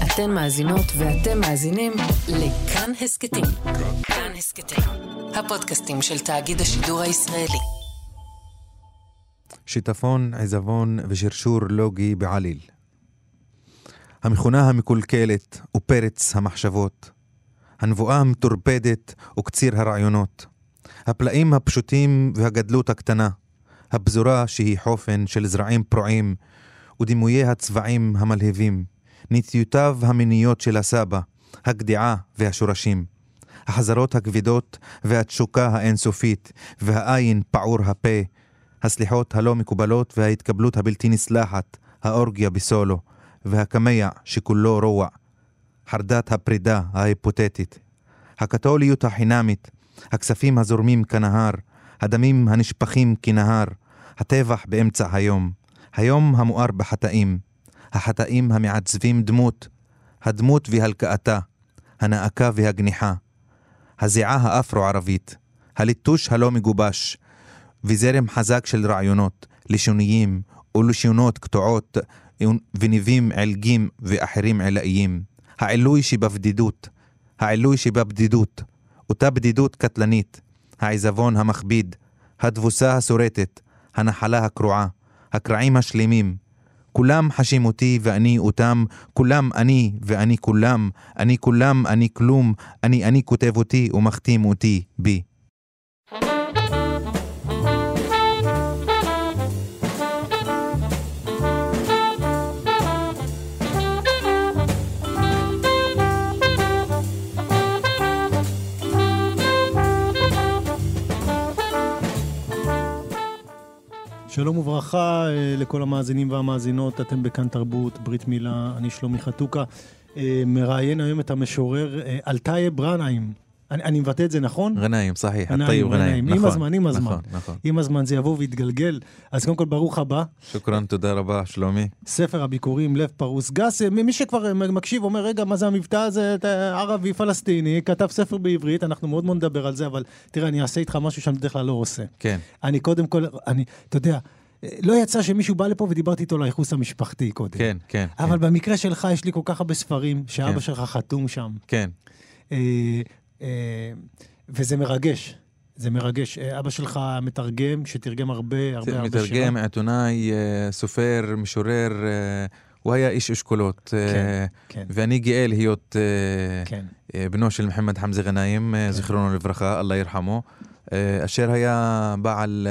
אתן מאזינות ואתם מאזינים לכאן הסקטים. כאן הסקטים, הפודקאסטים של תאגיד השידור הישראלי. שיטפון, עזבון ושרשור לוגי בעליל. המכונה המקולקלת ופרץ המחשבות. הנבואה המטורפדת וקציר הרעיונות. הפלאים הפשוטים והגדלות הקטנה. הבזורה שהיא חופן של זרעים פרועים ודימויי הצבעים המלהבים. נטיותיו המיניות של הסבא, הגדיעה והשורשים. החזרות הכבדות והתשוקה האינסופית והעין פעור הפה. הסליחות הלא מקובלות וההתקבלות הבלתי נסלחת, האורגיה בסולו, והקמע שכולו רוע, חרדת הפרידה ההיפותטית, הקתוליות החינמית, הכספים הזורמים כנהר, הדמים הנשפכים כנהר, הטבח באמצע היום, היום המואר בחטאים, החטאים המעצבים דמות, הדמות והלקאתה, הנאקה והגניחה, הזיעה האפרו-ערבית, הליטוש הלא מגובש, וזרם חזק של רעיונות, לשוניים ולשונות קטועות וניבים עלגים ואחרים עילאיים. העילוי שבבדידות, העילוי שבבדידות, אותה בדידות קטלנית, העזבון המכביד, הדבוסה הסורטת, הנחלה הקרועה, הקרעים השלימים. כולם חשים אותי ואני אותם, כולם אני ואני כולם, אני כולם, אני כלום, אני כותב אותי ומחתים אותי בי. שלום וברכה לכל המאזינים והמאזינות, אתם בכאן תרבות, ברית מילה, אני שלומי חתוקה, מראיין היום את המשורר אלטייב רנאים. אני מבטא את זה נכון? רנאים, סחיח, אלטייב רנאים. עם הזמן, עם הזמן. נכון. עם הזמן זה יבוא ויתגלגל. אז קודם כל ברוך הבא. שוקרן, תודה רבה, שלומי. ספר הביקורים, לב פרוס גס. מי שכבר מקשיב אומר, רגע, מה זה המבטא הזה? ערבי פלסטיני, כתב ספר בעברית, אנחנו מאוד מאוד נדבר על זה, אבל תראה, אני אעשה איתך משהו שאני בדרך כלל לא עושה. כן. אני קודם כל, אתה יודע, לא יצא שמישהו בא לפה ודיברתי איתו לייחוס המשפחתי קודם. כן. אבל במקרה שלך יש לי כל כך הרבה ספרים, שאבא שלך חתום שם. כן. וזה מרגש. זה מרגש. אבא שלך מתרגם, שתרגם הרבה שירה. מתרגם, עיתונאי, סופר, משורר, הוא היה איש אשכולות. כן. ואני גאה להיות בנו של מחמד חמזה גנאים, זכרונו לברכה, אללה ירחמו, אשר היה בעל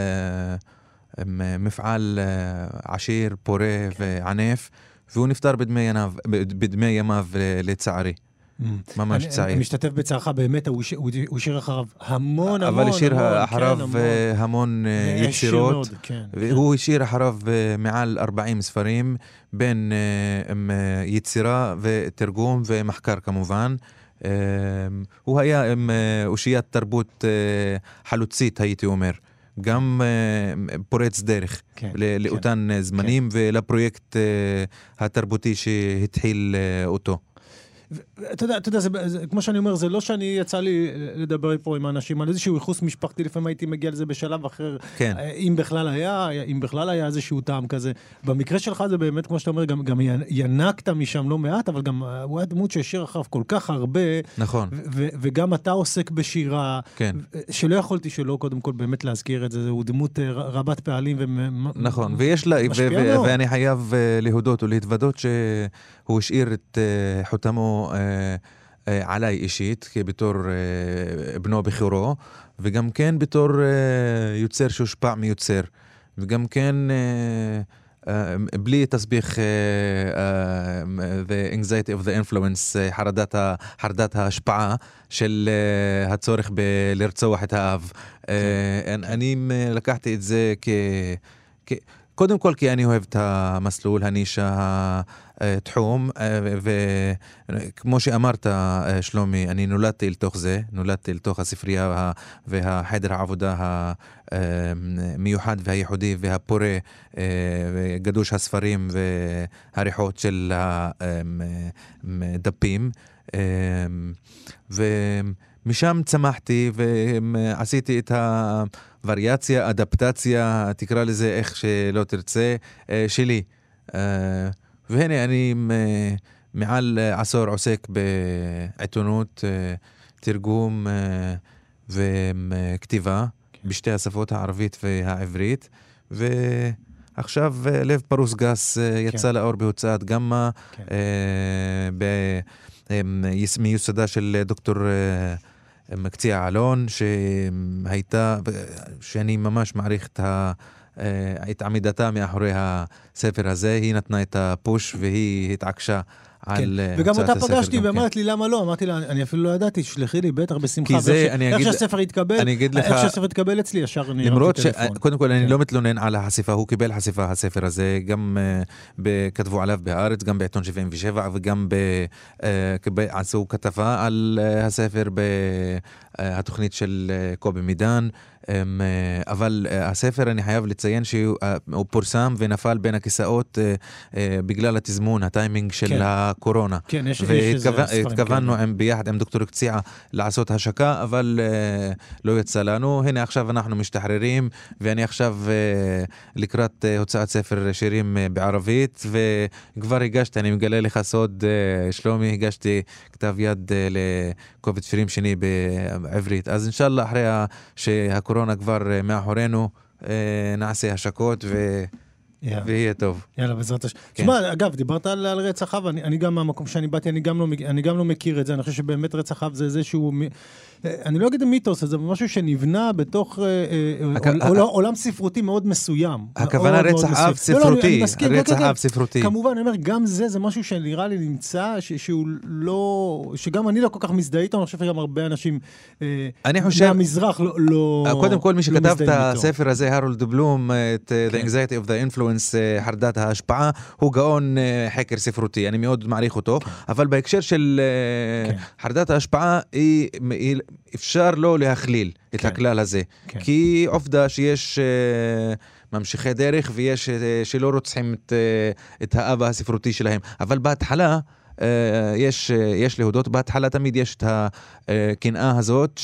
מפעל עשיר, פורה וענף, והוא נפטר בדמי ימיו לצערי. ממש צעיר. אני משתתף בצערך, באמת, הוא השאיר אחריו המון, אבל השאיר אחריו המון יצירות, והוא השאיר אחריו מעל 40 ספרים, בין יצירה ותרגום ומחקר כמובן. הוא היה אושיית תרבות חלוצית, הייתי אומר. גם פורץ דרך לאותן זמנים ולפרויקט התרבותי שהתחיל אותו. אתה יודע, כמו שאני אומר, זה לא שאני יצא לי לדבר פה עם האנשים על איזשהו ייחוס משפחתי, לפעמים הייתי מגיע לזה בשלב אחר, אם בכלל היה איזשהו טעם כזה. במקרה שלך זה באמת, כמו שאתה אומר, גם ינקת משם לא מעט, אבל גם הוא היה דמות שהשאיר אחריו כל כך הרבה, נכון. וגם אתה עוסק בשירה, שלא יכולתי שלא קודם כל באמת להזכיר את זה, הוא דמות רבת פעלים נכון, ואני חייב להודות ולהתוודות שהוא השאיר את חותמו עליי אישית, בתור בנו בחירו, וגם כן בתור יוצר שהושפע מיוצר, וגם כן בלי תסביך the anxiety of the influence, חרדת ההשפעה של הצורך לרצוח את האב. אני לקחתי את זה קודם כל כי אני אוהב את המסלול, הנישה, תחום, וכמו שאמרת שלומי, אני נולדתי לתוך זה, נולדתי לתוך הספרייה והחדר העבודה המיוחד והייחודי והפורה, גדוש הספרים והריחות של הדפים, ומשם צמחתי ועשיתי את הווריאציה, אדפטציה, תקרא לזה איך שלא תרצה, שלי. והנה אני מעל עשור עוסק בעיתונות, תרגום וכתיבה בשתי השפות הערבית והעברית, ועכשיו לב פרוס גס יצא לאור בהוצאת גמא, מיוסדה של דוקטור מקציע אלון, שאני ממש מעריך את עמידתה מאחורי הספר הזה. היא נתנה את הפוש והיא התעקשה על וגם אותה פגשתי ואמרת לי למה לא, אמרתי לה, אני אפילו לא ידעתי, שלחי לי בטח בשמחה, איך שהספר יתקבל אצלי ישר אני למרות שקודם כל אני לא מתלונן על החשיפה, הוא קיבל חשיפה הספר הזה, גם כתבו עליו בארץ, גם בעיתון 77 וגם עשו כתבה על הספר התוכנית של קובי מידן, אבל הספר אני חייב לציין שהוא פורסם ונפל בין הכיסאות בגלל התזמון, הטיימינג של הקורונה. כן, והתכוונו ביחד עם דוקטור קציעה לעשות השקה, אבל לא יצא לנו. הנה עכשיו אנחנו משתחררים, ואני עכשיו לקראת הוצאת ספר שירים בערבית, וכבר הגשתי, אני מגלה לך סוד שלומי, הגשתי כתב יד לקובץ שירים שני בעברית. אז אינשאללה אחרי שהקורונה כבר מאחורינו נעשה השקות ויהיה טוב. יאללה, בעזרת השם. תשמע, אגב, דיברת על רצח אב, אני גם מהמקום שאני באתי, אני גם לא מכיר את זה, אני חושב שבאמת רצח אב זה איזשהו, אני לא אגיד מיתוס, זה משהו שנבנה בתוך עולם ספרותי מאוד מסוים. הכוונה רצח אב ספרותי, רצח אב ספרותי. כמובן, אני אומר, גם זה משהו שנראה לי נמצא, שהוא לא, שגם אני לא כל כך מזדהה איתו, אני חושב שגם הרבה אנשים מהמזרח לא קודם כל, מי שכתב את הספר הזה, הרולד בלום, את The Anxiety of the Influence, חרדת ההשפעה, הוא גאון חקר ספרותי, אני מאוד מעריך אותו, אבל בהקשר של חרדת ההשפעה, אפשר לא להכליל את הכלל הזה, כי עובדה שיש ממשיכי דרך ויש שלא רוצחים את האבא הספרותי שלהם, אבל בהתחלה יש להודות, בהתחלה תמיד יש את הקנאה הזאת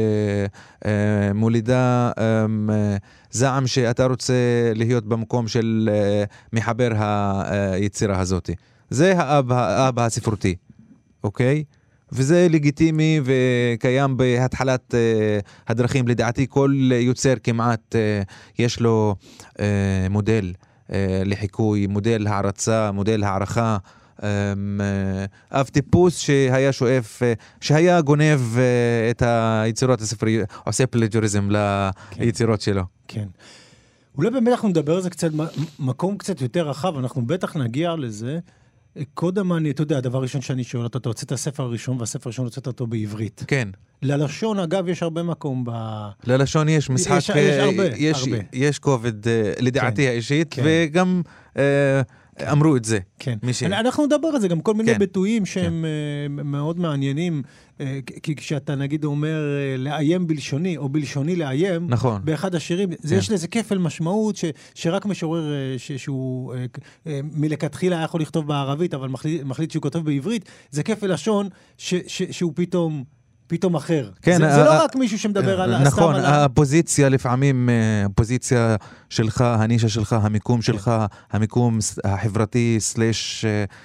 שמולידה זעם שאתה רוצה להיות במקום של מחבר היצירה הזאת. זה האבא הספרותי, אוקיי? וזה לגיטימי וקיים בהתחלת הדרכים. לדעתי כל יוצר כמעט יש לו מודל לחיקוי, מודל הערצה, מודל הערכה, אב טיפוס שהיה שואף, שהיה גונב את היצירות הספריות, עושה פלג'וריזם ליצירות שלו. כן. אולי באמת אנחנו נדבר על זה קצת, מקום קצת יותר רחב, אנחנו בטח נגיע לזה. קודם אתה יודע, הדבר הראשון שאני שואל אותו, אתה רוצה את הספר הראשון, והספר הראשון רוצה אותו בעברית. כן. ללשון, אגב, יש הרבה מקום ללשון יש משחק, יש כובד, לדעתי האישית, וגם אמרו את זה. כן. אנחנו נדבר על זה, גם כל מיני ביטויים שהם מאוד מעניינים, כי כשאתה נגיד אומר לאיים בלשוני, או בלשוני לאיים, נכון. באחד השירים, יש לזה כפל משמעות, שרק משורר שהוא מלכתחילה היה יכול לכתוב בערבית, אבל מחליט שהוא כותב בעברית, זה כפל לשון שהוא פתאום אחר. כן, זה לא רק מישהו שמדבר על... נכון, הפוזיציה לפעמים, הפוזיציה שלך, הנישה שלך, המיקום שלך, המיקום החברתי, סלש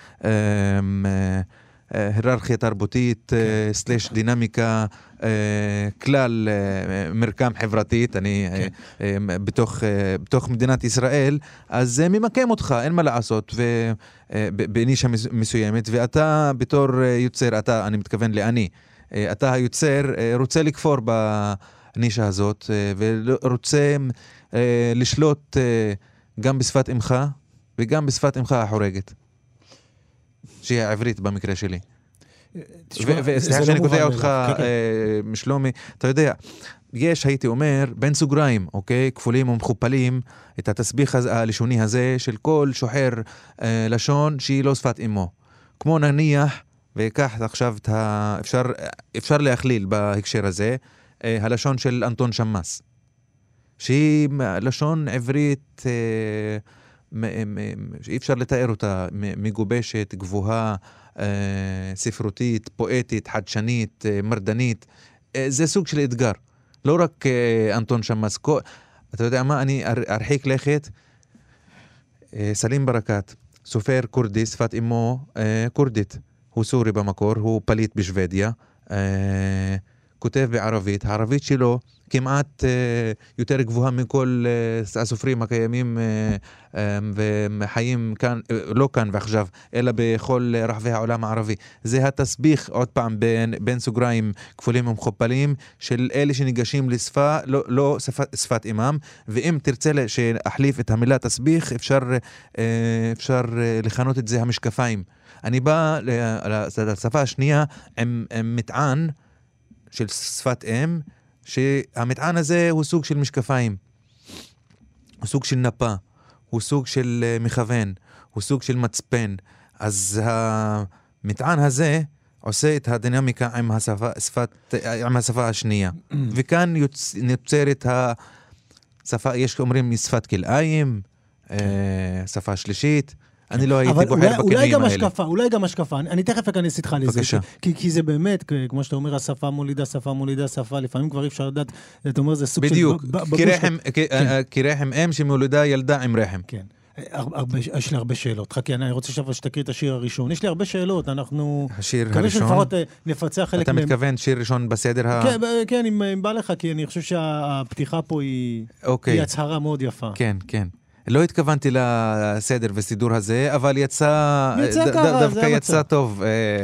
היררכיה תרבותית, סלש דינמיקה, כלל מרקם חברתית, אני בתוך מדינת ישראל, אז זה ממקם אותך, אין מה לעשות, בנישה מסוימת, ואתה בתור יוצר, אני מתכוון לאני, אתה היוצר רוצה לכפור בנישה הזאת ורוצה לשלוט גם בשפת אמך וגם בשפת אמך החורגת, שהיא העברית במקרה שלי. וסליחה שאני קוטע אותך, שלומי, אתה יודע, הייתי אומר, בין סוגריים, אוקיי, כפולים ומכופלים, את התסביך הלשוני הזה של כל שוחר לשון שהיא לא שפת אמו. כמו נניח, וכך עכשיו אפשר להכליל בהקשר הזה, הלשון של אנטון שמאס, שהיא לשון עברית שאי אפשר לתאר אותה, מגובשת, גבוהה, ספרותית, פואטית, חדשנית, מרדנית. זה סוג של אתגר. לא רק אנטון שמאס. אתה יודע מה, אני ארחיק לכת, סלים ברקת. סופר קורדי, שפת אמו קורדית. הוא סורי במקור, הוא פליט בשוודיה. כותב בערבית. הערבית שלו כמעט יותר גבוהה מכל הסופרים הקיימים וחיים כאן, לא כאן ועכשיו, אלא בכל רחבי העולם הערבי. זה התסביך, עוד פעם, בין סוגריים כפולים ומכופלים, של אלה שניגשים לשפה, לא שפת אימם, ואם תרצה שאחליף את המילה תסביך, אפשר לכנות את זה המשקפיים. אני בא לשפה השנייה עם מטען של שפת אם, שהמטען הזה הוא סוג של משקפיים, הוא סוג של נפה, הוא סוג של מכוון, הוא סוג של מצפן. אז המטען הזה עושה את הדינמיקה עם השפה השנייה. וכאן נוצרת השפה, יש אומרים שפת כלאיים, שפה שלישית. אני לא הייתי בוחר בכינויים האלה. אולי גם השקפה, אני תכף אכנס איתך לזה. כי זה באמת, כמו שאתה אומר, השפה מולידה שפה, לפעמים כבר אפשר לדעת, אתה אומר, זה סוג של... בדיוק, כי רחם אם שמולידה ילדה עם רחם. כן. יש לי הרבה שאלות. חכי, אני רוצה שתקריא את השיר הראשון. יש לי הרבה שאלות, אנחנו... השיר הראשון? לפחות נפצח חלק מהם. אתה מתכוון שיר ראשון בסדר כן, אם בא לך, כי אני חושב שהפתיחה פה היא הצהרה מאוד יפה. כן, כן. לא התכוונתי לסדר וסידור הזה, אבל דווקא יצא טוב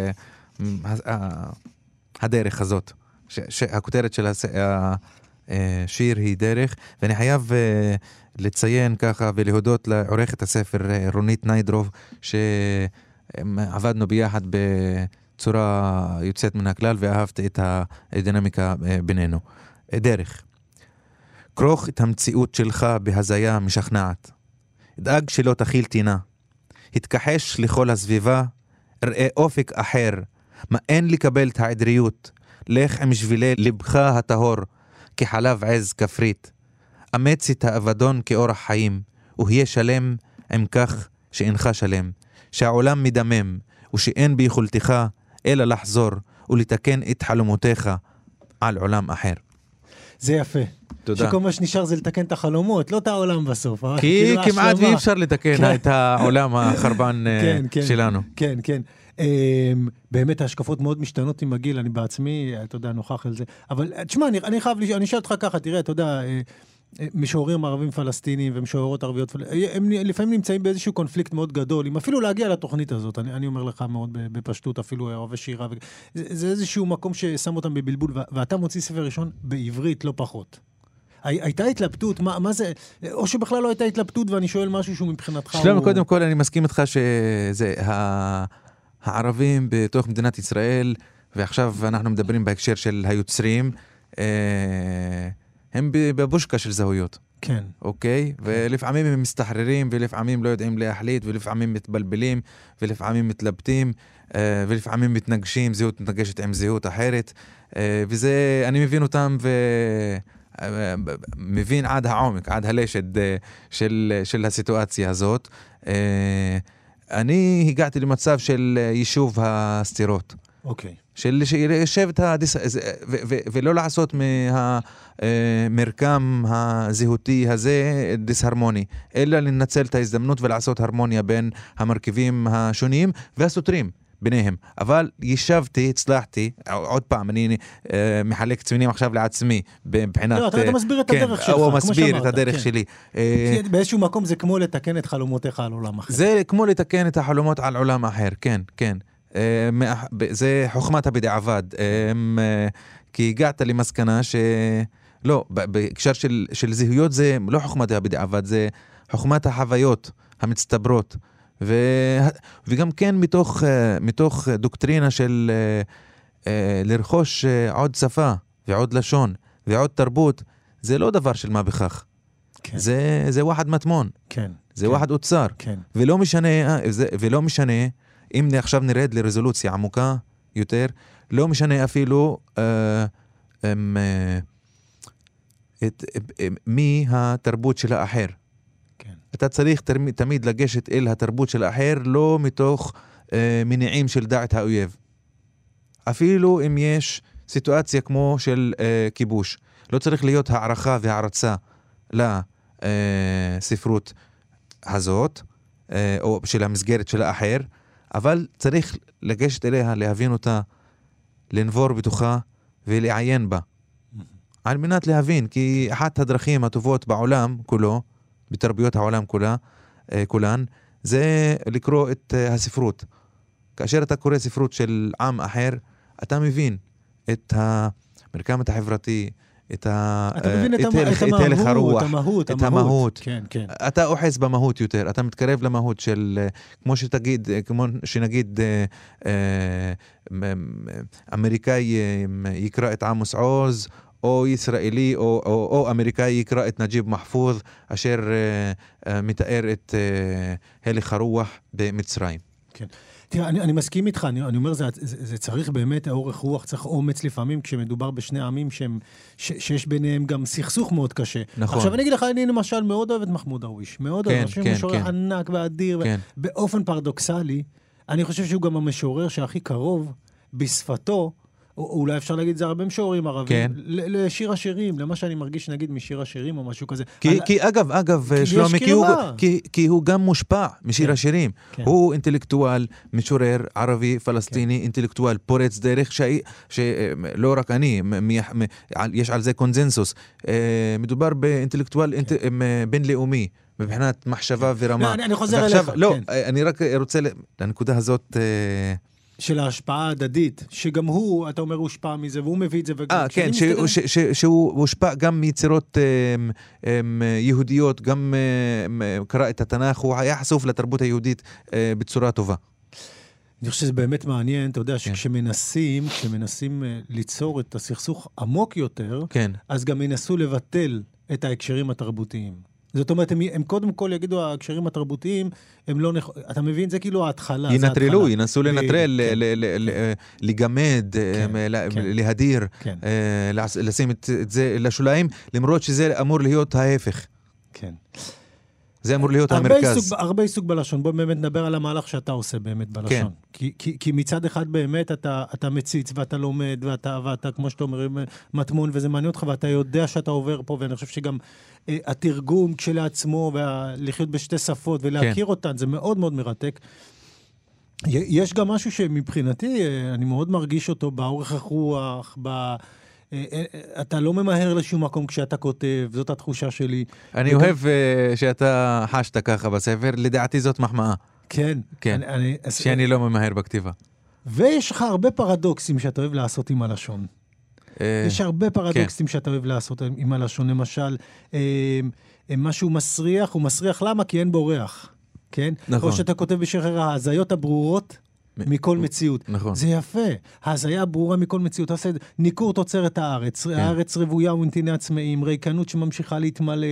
הדרך הזאת. הכותרת של השיר היא דרך, ואני חייב לציין ככה ולהודות לעורכת הספר רונית ניידרוב, שעבדנו ביחד בצורה יוצאת מן הכלל, ואהבתי את הדינמיקה בינינו. דרך. כרוך את המציאות שלך בהזיה משכנעת. דאג שלא תכיל תינה. התכחש לכל הסביבה, ראה אופק אחר. מה אין לקבל את העדריות. לך עם שבילי לבך הטהור, כחלב עז כפרית. אמץ את האבדון כאורח חיים, והיה שלם עם כך שאינך שלם. שהעולם מדמם, ושאין ביכולתך אלא לחזור, ולתקן את חלומותיך על עולם אחר. זה יפה. תודה. שכל מה שנשאר זה לתקן את החלומות, לא את העולם בסוף. כי כמעט ואי אפשר לתקן את העולם החרבן שלנו. כן, כן. באמת ההשקפות מאוד משתנות עם הגיל, אני בעצמי, אתה יודע, נוכח על זה. אבל תשמע, אני אשאל אותך ככה, תראה, אתה יודע, משוררים ערבים פלסטינים ומשוררות ערביות, הם לפעמים נמצאים באיזשהו קונפליקט מאוד גדול, אם אפילו להגיע לתוכנית הזאת, אני אומר לך מאוד בפשטות, אפילו ערבי שירה, זה איזשהו מקום ששם אותם בבלבול, ואתה מוציא ספר ראשון בעברית, לא פחות. הייתה התלבטות, מה זה, או שבכלל לא הייתה התלבטות, ואני שואל משהו שהוא מבחינתך... שלום, קודם כל אני מסכים איתך שזה הערבים בתוך מדינת ישראל, ועכשיו אנחנו מדברים בהקשר של היוצרים, הם בבושקה של זהויות. כן. אוקיי? ולפעמים הם מסתחררים, ולפעמים לא יודעים להחליט, ולפעמים מתבלבלים, ולפעמים מתלבטים, ולפעמים מתנגשים, זהות מתנגשת עם זהות אחרת, וזה, אני מבין אותם מבין עד העומק, עד הלשד של הסיטואציה הזאת. אני הגעתי למצב של יישוב הסתירות. אוקיי. של ליישב את ולא לעשות מהמרקם הזהותי הזה דיסהרמוני, אלא לנצל את ההזדמנות ולעשות הרמוניה בין המרכיבים השונים והסותרים ביניהם. אבל ישבתי, הצלחתי, עוד פעם, אני מחלק ציונים עכשיו לעצמי, מבחינת... לא, אתה מסביר את הדרך שלך, הוא מסביר את הדרך שלי. באיזשהו מקום זה כמו לתקן את חלומותיך על עולם אחר. זה כמו לתקן את החלומות על עולם אחר, כן, כן. זה חוכמת הבדיעבד, כי הגעת למסקנה שלא, בהקשר של זהויות זה לא חוכמת הבדיעבד, זה חוכמת החוויות המצטברות, וגם כן מתוך דוקטרינה של לרכוש עוד שפה ועוד לשון ועוד תרבות, זה לא דבר של מה בכך. כן. זה ואחד מטמון. כן. זה ואחד אוצר. כן. ולא משנה אם עכשיו נרד לרזולוציה עמוקה יותר, לא משנה אפילו מי התרבות של האחר. כן. אתה צריך תמיד לגשת אל התרבות של האחר, לא מתוך מניעים של דעת האויב. אפילו אם יש סיטואציה כמו של כיבוש. לא צריך להיות הערכה והערצה לספרות הזאת, או של המסגרת של האחר, אבל צריך לגשת אליה, להבין אותה, לנבור בתוכה ולעיין בה. על מנת להבין, כי אחת הדרכים הטובות בעולם כולו, בתרביות העולם כולן, זה לקרוא את הספרות. כאשר אתה קורא ספרות של עם אחר, אתה מבין את המרקם החברתי, את הלך הרוח, את המהות. כן, כן. אתה אוחז במהות יותר, אתה מתקרב למהות של, כמו שנגיד אמריקאי יקרא את עמוס עוז, או ישראלי, או אמריקאי יקרא את נג'יב מחפוז, אשר מתאר את הלך הרוח במצרים. כן. תראה, אני מסכים איתך, אני אומר, זה צריך באמת האורך רוח, צריך אומץ לפעמים, כשמדובר בשני עמים שיש ביניהם גם סכסוך מאוד קשה. נכון. עכשיו אני אגיד לך, אני למשל מאוד אוהב את מחמוד דרוויש, מאוד אוהב, משורר ענק ואדיר, באופן פרדוקסלי, אני חושב שהוא גם המשורר שהכי קרוב בשפתו, או אולי אפשר להגיד זה הרבה משוררים ערבים, לשיר השירים, למה שאני מרגיש נגיד משיר השירים או משהו כזה. כי אגב, שלומי, כי הוא גם מושפע משיר השירים. הוא אינטלקטואל, משורר ערבי, פלסטיני, אינטלקטואל פורץ דרך, שלא רק אני, יש על זה קונזנסוס. מדובר באינטלקטואל בינלאומי, מבחינת מחשבה ורמה. אני חוזר אליך. לא, אני רק רוצה, לנקודה הזאת... של ההשפעה ההדדית, שגם הוא, אתה אומר, הושפע מזה, והוא מביא את זה. כן, שהוא הושפע גם מיצירות יהודיות, גם קרא את התנ"ך, הוא היה חשוף לתרבות היהודית בצורה טובה. אני חושב שזה באמת מעניין, אתה יודע, שכשמנסים ליצור את הסכסוך עמוק יותר, אז גם ינסו לבטל את ההקשרים התרבותיים. זאת אומרת, הם קודם כל יגידו, ההקשרים התרבותיים, הם לא אתה מבין, זה כאילו ההתחלה. ינטרלו, ינסו לנטרל, לגמד, להדיר, לשים את זה לשוליים, למרות שזה אמור להיות ההפך. כן. זה אמור להיות המרכז. הרבה עיסוק בלשון. בוא באמת נדבר על המהלך שאתה עושה באמת בלשון. כי מצד אחד באמת אתה מציץ ואתה לומד ואתה כמו שאתה אומר מתמון וזה מעניין אותך ואתה יודע שאתה עובר פה, ואני חושב שגם התרגום כשלעצמו ולחיות בשתי שפות ולהכיר אותן זה מאוד מאוד מרתק. יש גם משהו שמבחינתי אני מאוד מרגיש אותו באורך הרוח, אתה לא ממהר לשום מקום כשאתה כותב, זאת התחושה שלי. אני אוהב שאתה חשת ככה בספר, לדעתי זאת מחמאה. כן. שאני לא ממהר בכתיבה. ויש לך הרבה פרדוקסים שאתה אוהב לעשות עם הלשון. יש הרבה פרדוקסים שאתה אוהב לעשות עם הלשון. למשל, משהו מסריח, הוא מסריח למה? כי אין בו ריח. כן? נכון. או שאתה כותב בשחרר ההזיות הברורות, מכל מציאות. נכון. זה יפה. ההזיה ברורה מכל מציאות. אתה עושה ניכור תוצרת הארץ. כן. הארץ רבויה ונתיני עצמאים, ריקנות שממשיכה להתמלא.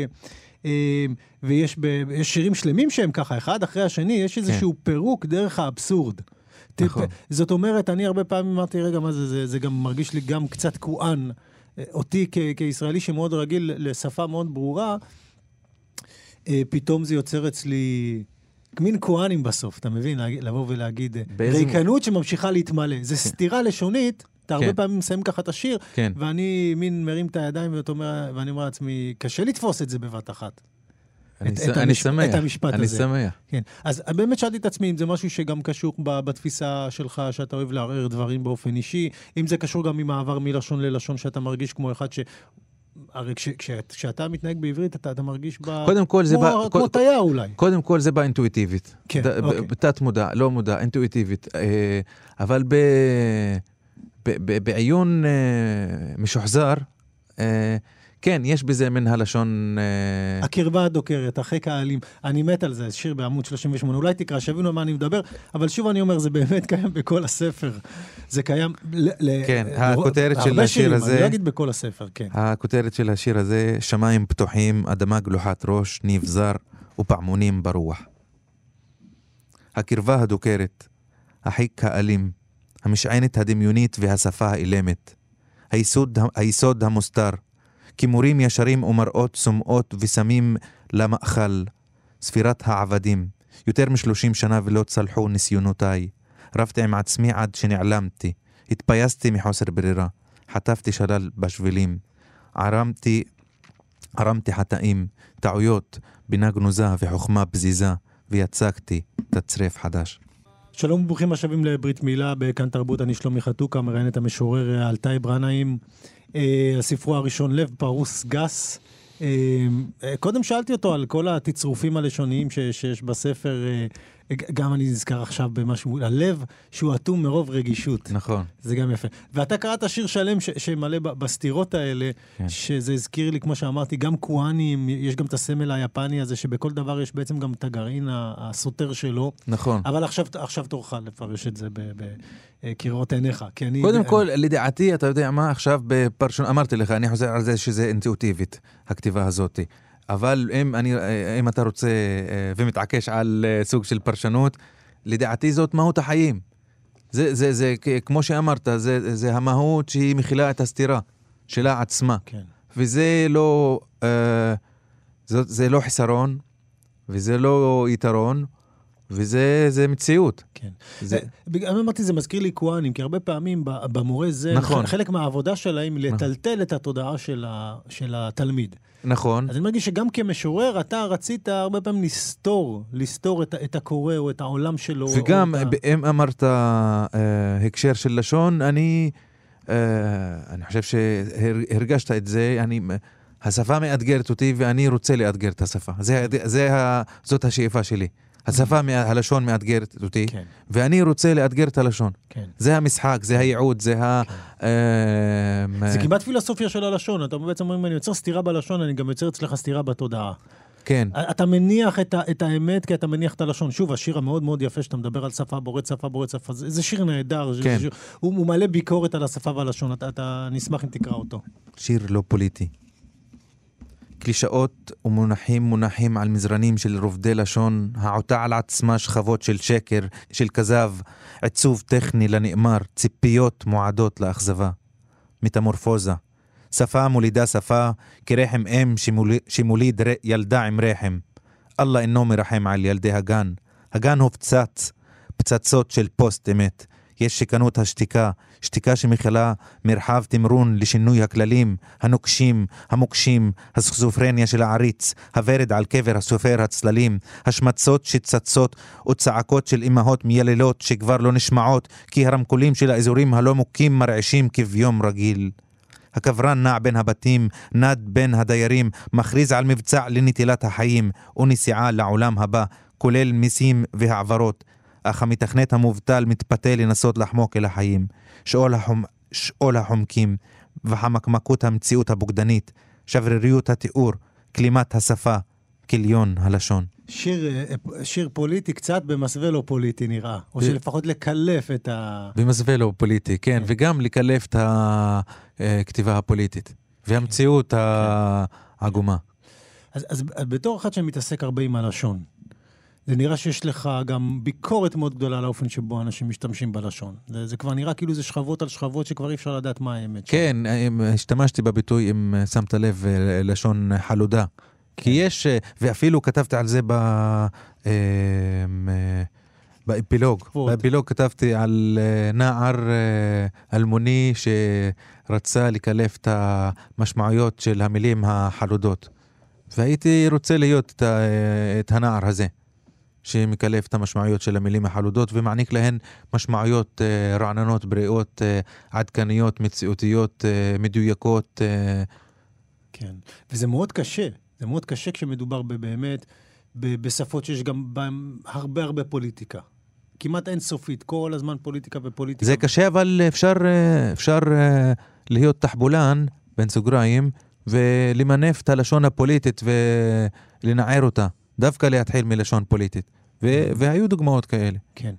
ויש שירים שלמים שהם ככה, אחד אחרי השני, יש איזשהו פירוק דרך האבסורד. נכון. זאת אומרת, אני הרבה פעמים אמרתי, רגע, מה זה גם מרגיש לי גם קצת קואן. אותי כישראלי שמאוד רגיל לשפה מאוד ברורה, פתאום זה יוצר אצלי... מין קואנים בסוף, אתה מבין? לבוא ולהגיד, ריקנות שממשיכה להתמלא. זה סתירה לשונית, אתה הרבה פעמים מסיים ככה את השיר, ואני מין מרים את הידיים, ואני אומר לעצמי, קשה לתפוס את זה בבת אחת. אני שמח. את המשפט הזה. אני שמח. כן. אז באמת שאלתי את עצמי, אם זה משהו שגם קשור בתפיסה שלך, שאתה אוהב לערער דברים באופן אישי, אם זה קשור גם עם מעבר מלשון ללשון, שאתה מרגיש כמו אחד הרי כשאתה מתנהג בעברית, אתה מרגיש כמו תייר אולי. קודם כל זה בא אינטואיטיבית. בתת מודע, לא מודע, אינטואיטיבית. אבל בעיון משוחזר, כן, יש בזה מן הלשון... הקרבה הדוקרת, החק העלים. אני מת על זה, שיר בעמוד 38. אולי תקרא, שבינו מה אני מדבר, אבל שוב אני אומר, זה באמת קיים בכל הספר. זה קיים... כן, הכותרת של השיר הזה... אני לא אגיד בכל הספר, כן. הכותרת של השיר הזה, שמיים פתוחים, אדמה גלוחת ראש, ניב זר ופעמונים ברוח. הקרבה הדוקרת, החיק האלים, המשענת הדמיונית והשפה האילמת, היסוד המוסתר, כימורים ישרים ומראות סומאות וסמים למאכל, ספירת העבדים, יותר מ30 שנה ולא צלחו ניסיונותיי, רבתי עם עצמי עד שנעלמתי, התפייסתי מחוסר ברירה, חטפתי שלל בשבילים, ערמתי חטאים, טעויות, בינה גנוזה וחוכמה בזיזה, ויצקתי תצרף חדש. שלום וברוכים השבים לברית מילה בכאן תרבות, אני שלומי חתוקה, מראיין את המשורר אלטאי ברנאים, הספרו הראשון לב פרוס גס. קודם שאלתי אותו על כל התצרופים הלשוניים שיש בספר, גם אני נזכר עכשיו במשהו, הלב שהוא אטום מרוב רגישות. נכון. זה גם יפה. ואתה קראת שיר שלם שמלא בסתירות האלה, כן. שזה הזכיר לי, כמו שאמרתי, גם קואנים, יש גם את הסמל היפני הזה, שבכל דבר יש בעצם גם את הגרעין הסותר שלו. נכון. אבל עכשיו תורך לפרש את זה בקראות עיניך. קודם כל, לדעתי, אתה יודע מה, עכשיו בפרשון, אמרתי לך, אני חוזר על זה שזה אינטואיטיבית, הכתיבה הזאת. אבל אם אתה רוצה ומתעקש על סוג של פרשנות, לדעתי זאת מהות החיים. זה כמו שאמרת, זה המהות שהיא מכילה את הסתירה שלה עצמה. כן. וזה לא, זה לא חיסרון, וזה לא יתרון, וזה מציאות. כן. אני אמרתי, זה מזכיר לי קואנים, כי הרבה פעמים במורה זה, נכון. חלק מהעבודה שלהם לטלטל את התודעה של התלמיד. נכון. אז אני מרגיש שגם כמשורר, אתה רצית הרבה פעמים לסתור את הקורא או את העולם שלו. וגם, אם אמרת הקשר של לשון, אני חושב שהרגשת את זה, השפה מאתגרת אותי ואני רוצה לאתגר את השפה. זאת השאיפה שלי. השפה, הלשון מאתגרת אותי, כן. ואני רוצה לאתגר את הלשון. כן. זה המשחק, זה הייעוד, זה זה כמעט פילוסופיה של הלשון. אתה בעצם אומר, אם אני יוצר סתירה בלשון, אני גם יוצר אצלך סתירה בתודעה. כן. אתה מניח את האמת, כי אתה מניח את הלשון. שוב, השיר המאוד מאוד יפה, שאתה מדבר על שפה, בורד שפה, זה שיר נהדר. כן. הוא מעלה ביקורת על השפה והלשון. אתה נשמח אם תקרא אותו. שיר לא פוליטי. קלישאות ומונחים על מזרנים של רובדי לשון, העוטה על עצמה שכבות של שקר, של כזב, עיצוב טכני לנאמר, ציפיות מועדות לאכזבה. מטמורפוזה. שפה מולידה שפה, כרחם אם שמוליד ילדה עם רחם. אללה אינו מרחם על ילדי הגן. הגן הוא פצצות של פוסט אמת. יש שקנות השתיקה, שתיקה שמכילה מרחב תמרון לשינוי הכללים, הנוקשים, המוקשים, הסכזופרניה של העריץ, הוורד על קבר הסופר הצללים, השמצות שצצות וצעקות של אמהות מייללות שכבר לא נשמעות, כי הרמקולים של האזורים הלא מוקים מרעשים כביום רגיל. הקברן נע בין הבתים, נד בין הדיירים, מכריז על מבצע לנטילת החיים ונסיעה לעולם הבא, כולל מיסים והעברות. אך המתכנת המובטל מתפתה לנסות לחמוק אל החיים. שאול החומקים וחמקמקות המציאות הבוגדנית, שבריריות התיאור, כלימת השפה, כליון הלשון. שיר פוליטי קצת במסווה לא פוליטי נראה, או שלפחות לקלף את במסווה לא פוליטי, כן, וגם לקלף את הכתיבה הפוליטית, והמציאות העגומה. אז בתור אחד שמתעסק הרבה עם הלשון, זה נראה שיש לך גם ביקורת מאוד גדולה על האופן שבו אנשים משתמשים בלשון. זה כבר נראה כאילו זה שכבות על שכבות שכבר אי אפשר לדעת מה האמת. כן, השתמשתי בביטוי, אם שמת לב, לשון חלודה. כי יש, ואפילו כתבתי על זה באפילוג. באפילוג כתבתי על נער אלמוני שרצה לקלף את המשמעויות של המילים החלודות. והייתי רוצה להיות את הנער הזה. שמקלף את המשמעויות של המילים החלודות ומעניק להן משמעויות רעננות, בריאות, עדכניות, מציאותיות, מדויקות. כן, וזה מאוד קשה. זה מאוד קשה כשמדובר באמת בשפות שיש גם הרבה פוליטיקה. כמעט אינסופית, כל הזמן פוליטיקה ופוליטיקה. זה קשה, אבל אפשר להיות תחבולן, בין סוגריים, ולמנף את הלשון הפוליטית ולנער אותה. דווקא להתחיל מלשון פוליטית. והיו דוגמאות כאלה. כן.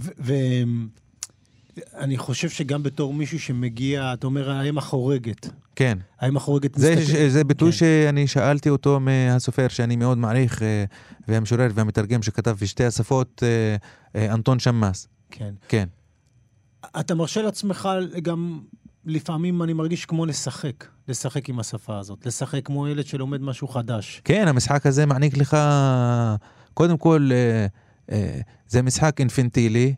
ואני חושב שגם בתור מישהו שמגיע, אתה אומר, האם החורגת. כן. האם החורגת זה ביטוי שאני שאלתי אותו מהסופר שאני מאוד מעריך, והמשורר והמתרגם שכתב בשתי השפות, אנטון שמאס. כן. כן. אתה מרשה לעצמך גם... לפעמים אני מרגיש כמו לשחק עם השפה הזאת, לשחק כמו ילד שלומד משהו חדש. כן, המשחק הזה מעניק לך, קודם כל, זה משחק אינפנטילי,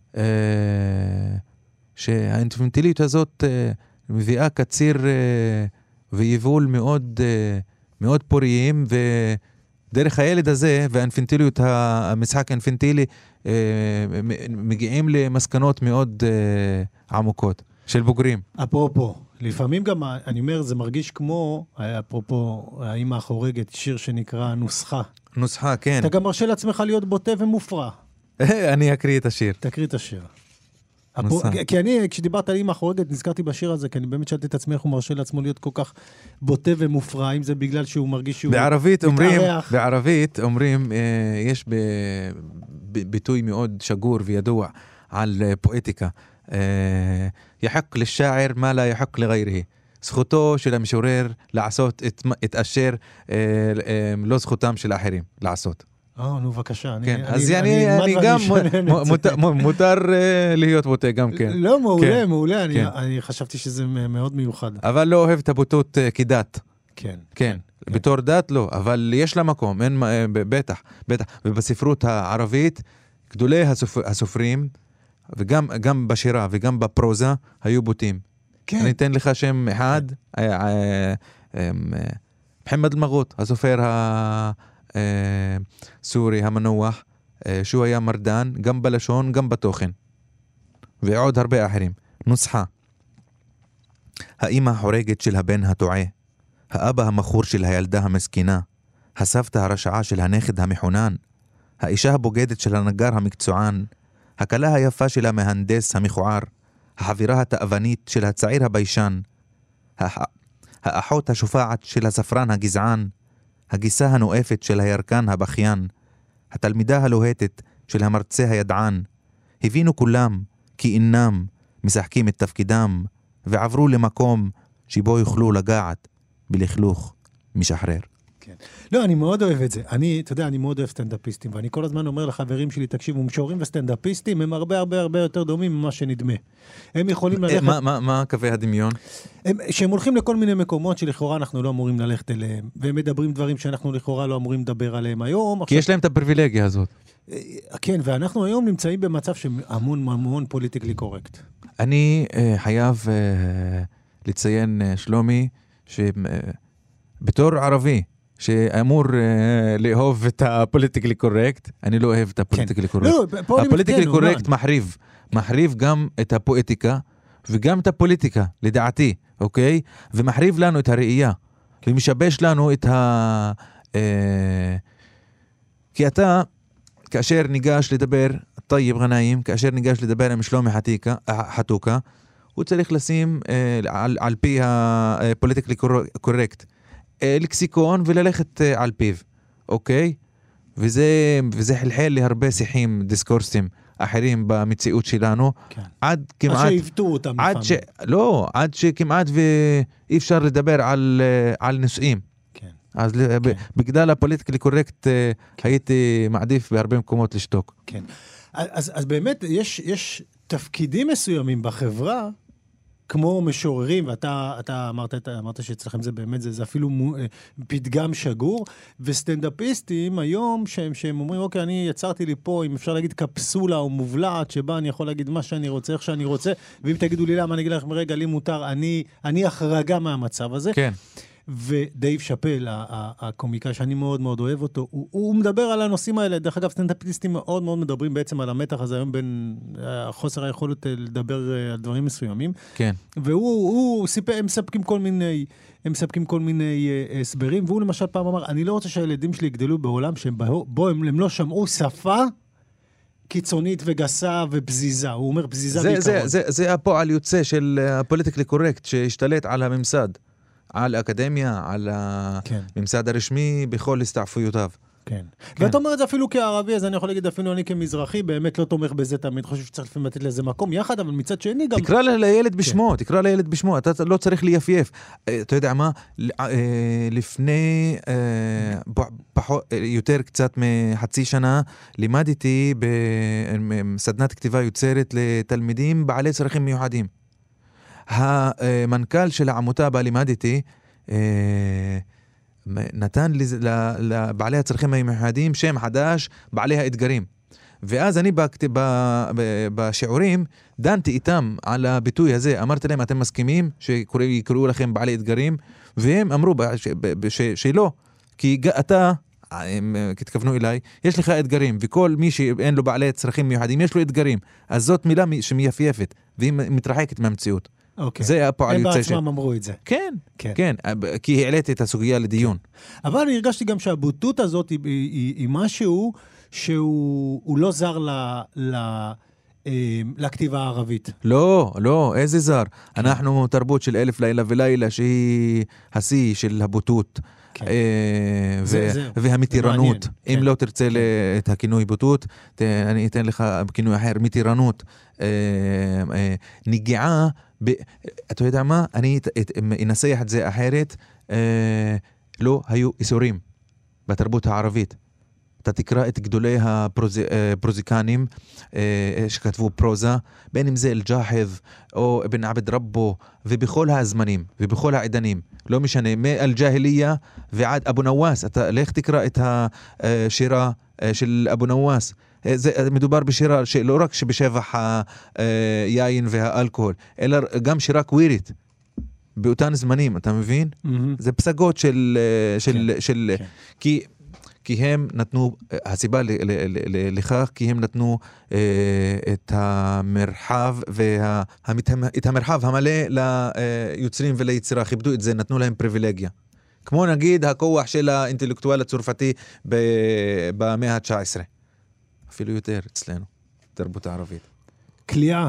שהאינפנטיליות הזאת מביאה קציר ויבול מאוד, מאוד פוריים, דרך הילד הזה והאינפנטיליות, המשחק האינפנטילי, מגיעים למסקנות מאוד עמוקות של בוגרים. אפרופו, לפעמים גם, אני אומר, זה מרגיש כמו, אפרופו, האמא החורגת, שיר שנקרא נוסחה. נוסחה, כן. אתה גם מרשה לעצמך להיות בוטה ומופרע. אני אקריא את השיר. תקריא את השיר. כי אני, כשדיברת על אמא החורגת, נזכרתי בשיר הזה, כי אני באמת שאלתי את עצמי איך הוא מרשה לעצמו להיות כל כך בוטה ומופרע, אם זה בגלל שהוא מרגיש שהוא מתארח. בערבית אומרים, יש ביטוי מאוד שגור וידוע על פואטיקה. יחק לשער מה לא יחק לגיירה. זכותו של המשורר לעשות את אשר לא זכותם של האחרים לעשות. נו, בבקשה. אז אני גם מותר להיות בוטה גם כן. לא, מעולה, מעולה. אני חשבתי שזה מאוד מיוחד. אבל לא אוהב את הבוטות כדת. כן. כן. בתור דת לא, אבל יש לה מקום, בטח. ובספרות הערבית, גדולי הסופרים, וגם בשירה וגם בפרוזה, היו בוטים. אני אתן לך שם אחד, מוחמד אל-מג'ות, הסופר סורי המנוח, שהוא היה מרדן גם בלשון גם בתוכן, ועוד הרבה אחרים. נוסחה: האמא החורגת של הבן הטועה, האבא המכור של הילדה המסכינה, הסבתא הרשעה של הנכד המחונן, האישה הבוגדת של הנגר המקצוען, הכלה היפה של המהנדס המכוער, החבירה התאוונית של הצעיר הביישן, האחות השופעת של הספרן הגזען, הגיסה הנואפת של הירקן הבכיין, התלמידה הלוהטת של המרצה הידען. הבינו כולם כי אינם משחקים את תפקידם, ועברו למקום שבו יוכלו לגעת בלכלוך משחרר. כן. לא, אני מאוד אוהב את זה. אתה יודע, אני מאוד אוהב סטנדאפיסטים, ואני כל הזמן אומר לחברים שלי, תקשיבו, משוררים וסטנדאפיסטים הם הרבה הרבה הרבה יותר דומים ממה שנדמה. הם יכולים ללכת... מה קווי הדמיון? שהם הולכים לכל מיני מקומות שלכאורה אנחנו לא אמורים ללכת אליהם, והם מדברים דברים שאנחנו לכאורה לא אמורים לדבר עליהם היום. כי יש להם את הפריבילגיה הזאת. כן, ואנחנו היום נמצאים במצב שהמון פוליטיקלי קורקט. אני חייב לציין, שלומי, שבתור ערבי, שאמור לאהוב את הפוליטיקלי קורקט, אני לא אוהב את הפוליטיקלי קורקט. הפוליטיקלי קורקט מחריב גם את הפואטיקה, וגם את הפוליטיקה, לדעתי, אוקיי? ומחריב לנו את הראייה, ומשבש לנו את כי אתה, כאשר ניגש לדבר, טייב גנאים, כאשר ניגש לדבר עם שלומי חתוקה, הוא צריך לשים על פי הפוליטיקלי קורקט, לקסיקון וללכת על פיו, אוקיי? וזה חלחל להרבה שיחים, דיסקורסים אחרים במציאות שלנו, כן. עד כמעט... עד שהבטו אותם לפעמים. עד שכמעט ואי אפשר לדבר על נושאים. כן. אז כן. בגלל הפוליטיקלי קורקט כן. הייתי מעדיף בהרבה מקומות לשתוק. כן. אז באמת יש תפקידים מסוימים בחברה, כמו משוררים, ואתה אמרת שאצלכם זה באמת, זה אפילו פתגם שגור, וסטנדאפיסטים היום שהם אומרים, אוקיי, אני יצרתי לי פה, אם אפשר להגיד קפסולה או מובלעת, שבה אני יכול להגיד מה שאני רוצה, איך שאני רוצה, ואם תגידו לי למה, אני אגיד לכם, רגע, לי מותר, אני החרגה מהמצב הזה. כן. ודייב שאפל, הקומיקאי שאני מאוד מאוד אוהב אותו, הוא מדבר על הנושאים האלה. דרך אגב, סטנדאפיסטים מאוד מאוד מדברים בעצם על המתח הזה היום בין חוסר היכולת לדבר על דברים מסוימים. כן. הם מספקים כל מיני הסברים, והוא למשל פעם אמר, אני לא רוצה שהילדים שלי יגדלו בעולם שבו הם לא שמעו שפה קיצונית וגסה ובזיזה. הוא אומר בזיזה בעיקרון. זה הפועל יוצא של הפוליטיקלי קורקט שהשתלט על הממסד. על האקדמיה, על הממסד הרשמי, בכל הסתעפויותיו. כן. ואתה אומר את זה אפילו כערבי, אז אני יכול להגיד אפילו אני כמזרחי, באמת לא תומך בזה תמיד, חושב שצריך לפעמים לתת לזה מקום יחד, אבל מצד שני גם... תקרא לילד בשמו, תקרא לילד בשמו, אתה לא צריך לייפייף. אתה יודע מה? לפני יותר קצת מחצי שנה, לימדתי בסדנת כתיבה יוצרת לתלמידים בעלי צרכים מיוחדים. המנכ"ל של העמותה בה לימדתי נתן לבעלי הצרכים המיוחדים שם חדש, בעלי האתגרים. ואז אני בשיעורים דנתי איתם על הביטוי הזה, אמרתי להם, אתם מסכימים שיקראו לכם בעלי אתגרים? והם אמרו שלא, כי אתה הם התכוונו אליי, יש לך אתגרים, וכל מי שאין לו בעלי צרכים מיוחדים, יש לו אתגרים. אז זאת מילה שמייפייפת, והיא מתרחקת מהמציאות. זה הפועל יוצא. הם בעצמם אמרו את זה. כן, כן, כי העליתי את הסוגיה לדיון. אבל אני הרגשתי גם שהבוטות הזאת היא משהו שהוא לא זר לכתיבה הערבית. לא, איזה זר. אנחנו תרבות של אלף לילה ולילה, שהיא השיא של הבוטות. והמתירנות. אם לא תרצה את הכינוי בוטות, אני אתן לך כינוי אחר, מתירנות. נגיעה, אתה יודע מה? אני אנסח את זה אחרת. לא היו איסורים בתרבות הערבית. אתה תקרא את גדולי הפרוזיקנים שכתבו פרוזה, בין אם זה אל-ג'אחז או אבן עבד רבו, ובכל הזמנים ובכל העידנים, לא משנה, מאל-ג'אהליה ועד אבו נواس. אתה לך תקרא את השירה של אבו נواس. זה מדובר בשירה לא רק שבשבח היין והאלכוהול, אלא גם שירה קווירית באותן זמנים, אתה מבין? זה פסגות של כי הם נתנו, הסיבה לכך, כי הם נתנו את המרחב את המרחב המלא ליוצרים וליצירה, כיבדו את זה, נתנו להם פריבילגיה. כמו נגיד הכוח של האינטלקטואל הצרפתי במאה ה-19. אפילו יותר אצלנו, תרבות הערבית. קליעה.